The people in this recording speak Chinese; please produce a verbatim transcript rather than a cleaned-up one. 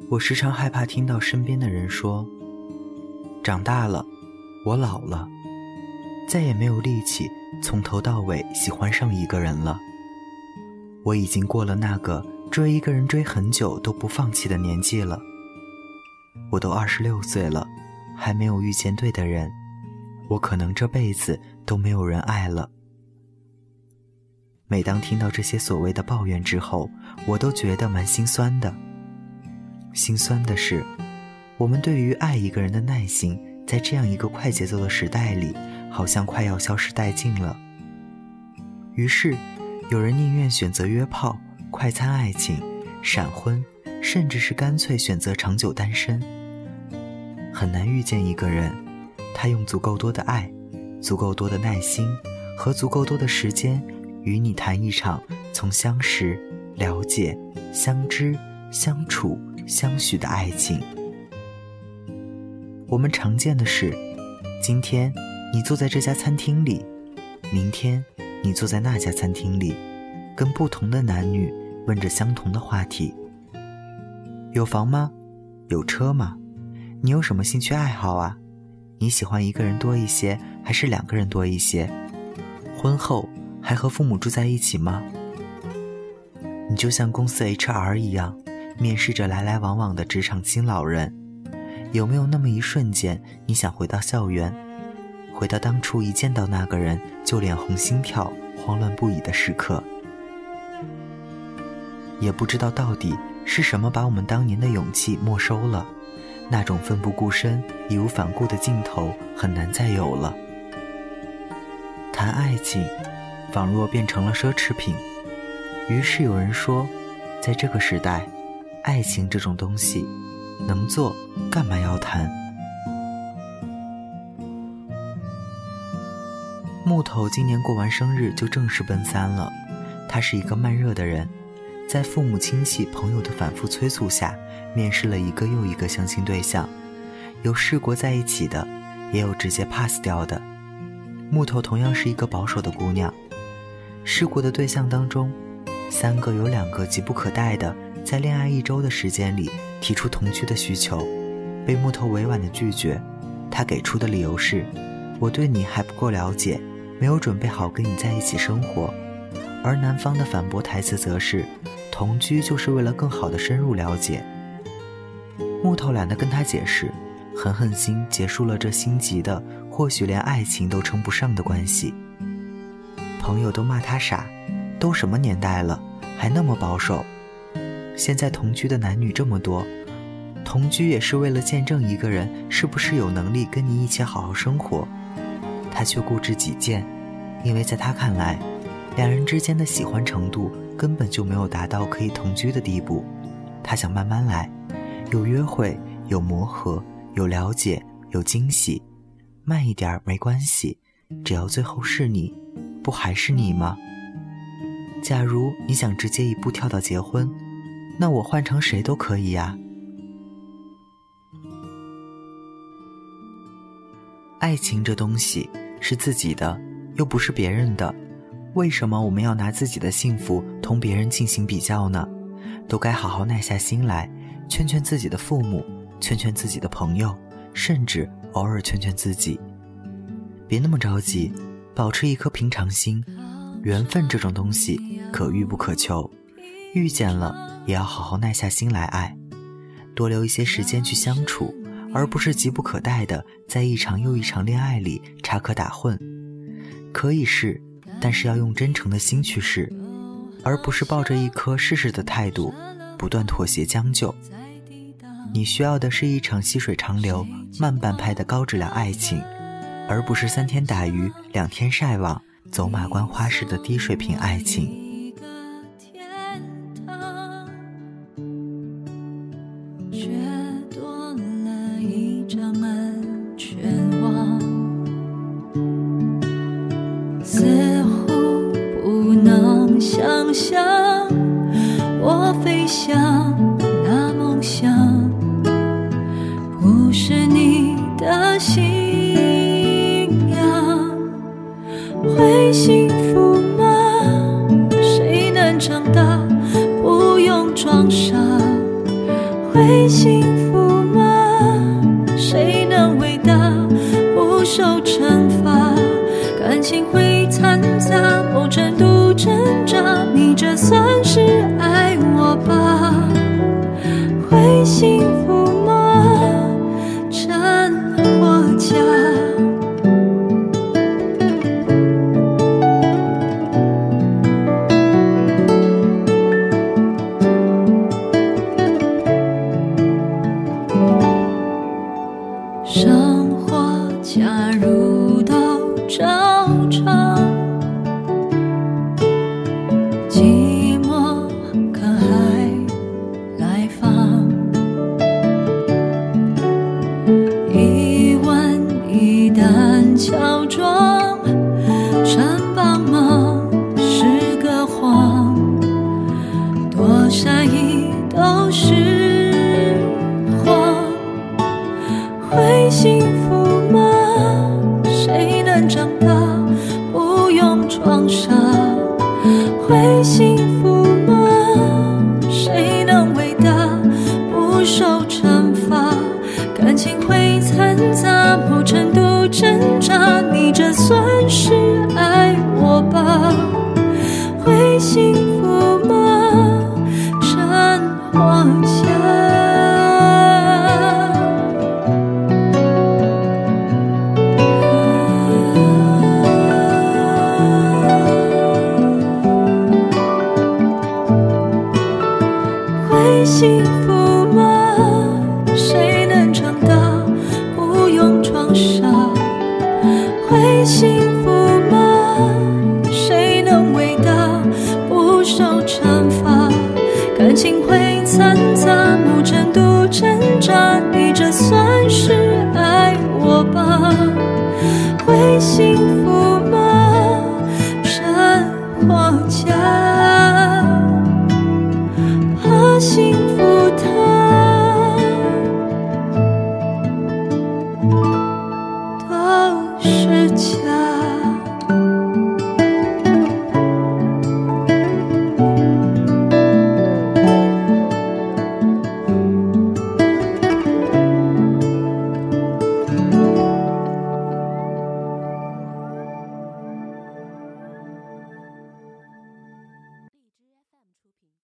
我时常害怕听到身边的人说，长大了，我老了，再也没有力气从头到尾喜欢上一个人了。我已经过了那个追一个人追很久都不放弃的年纪了。我都二十六岁了，还没有遇见对的人，我可能这辈子都没有人爱了。每当听到这些所谓的抱怨之后，我都觉得蛮心酸的。心酸的是，我们对于爱一个人的耐心，在这样一个快节奏的时代里，好像快要消失殆尽了。于是，有人宁愿选择约炮、快餐爱情、闪婚，甚至是干脆选择长久单身。很难遇见一个人，他用足够多的爱、足够多的耐心和足够多的时间，与你谈一场从相识、了解、相知、相处、相许的爱情。我们常见的是，今天你坐在这家餐厅里，明天你坐在那家餐厅里，跟不同的男女问着相同的话题。有房吗？有车吗？你有什么兴趣爱好啊？你喜欢一个人多一些，还是两个人多一些？婚后还和父母住在一起吗？你就像公司 H R 一样，面试着来来往往的职场新老人，有没有那么一瞬间，你想回到校园，回到当初一见到那个人就脸红心跳、慌乱不已的时刻？也不知道到底是什么把我们当年的勇气没收了，那种奋不顾身、义无反顾的劲头很难再有了。谈爱情，仿若变成了奢侈品。于是有人说，在这个时代，爱情这种东西，能做干嘛要谈？木头今年过完生日就正式奔三了。他是一个慢热的人，在父母亲戚朋友的反复催促下，面试了一个又一个相亲对象，有试过在一起的，也有直接 pass 掉的。木头同样是一个保守的姑娘，试过的对象当中，三个有两个急不可待的在恋爱一周的时间里提出同居的需求，被木头委婉的拒绝。他给出的理由是，我对你还不够了解，没有准备好跟你在一起生活。而男方的反驳台词则是，同居就是为了更好的深入了解。木头懒得跟他解释，狠狠心结束了这心急的或许连爱情都称不上的关系。朋友都骂他傻，都什么年代了还那么保守。现在同居的男女这么多，同居也是为了见证一个人是不是有能力跟你一起好好生活。他却固执己见，因为在他看来，两人之间的喜欢程度根本就没有达到可以同居的地步。他想慢慢来，有约会，有磨合，有了解，有惊喜，慢一点没关系，只要最后是你，不还是你吗？假如你想直接一步跳到结婚，那我换成谁都可以呀。爱情这东西是自己的，又不是别人的，为什么我们要拿自己的幸福同别人进行比较呢？都该好好耐下心来，劝劝自己的父母，劝劝自己的朋友，甚至偶尔劝劝自己。别那么着急，保持一颗平常心。缘分这种东西可遇不可求，遇见了也要好好耐下心来爱，多留一些时间去相处，而不是急不可待的在一场又一场恋爱里插科打诨。可以试，但是要用真诚的心去试，而不是抱着一颗试试的态度不断妥协将就。你需要的是一场细水长流慢半拍的高质量爱情，而不是三天打鱼两天晒网走马观花式的低水平爱情。 却多了一张安全网，似乎不能想象我飞翔那梦想不是你的信仰，会幸福吗？谁能长大不用装傻， 会幸福吗？谁能回答？不受惩罚，感情会掺杂某程度挣扎，你这算是爱我吧？会幸福吗？真或假？生活假如都照常，寂寞可还来访？一吻一旦乔装，真帮忙是个谎，多善意都是谎。会幸福吗？谁能长大不用装傻？会幸福吗？谁能伟大不受惩罚？感情会掺杂某程度挣扎，你这算是爱我吧？会幸福吗？真或假？会幸福吗？谁能长大不用装傻？会幸福吗？谁能伟大不受惩罚？感情会掺杂某程度挣扎，你这算是爱我吧？会幸福吗？真或假？怕幸福它都是假。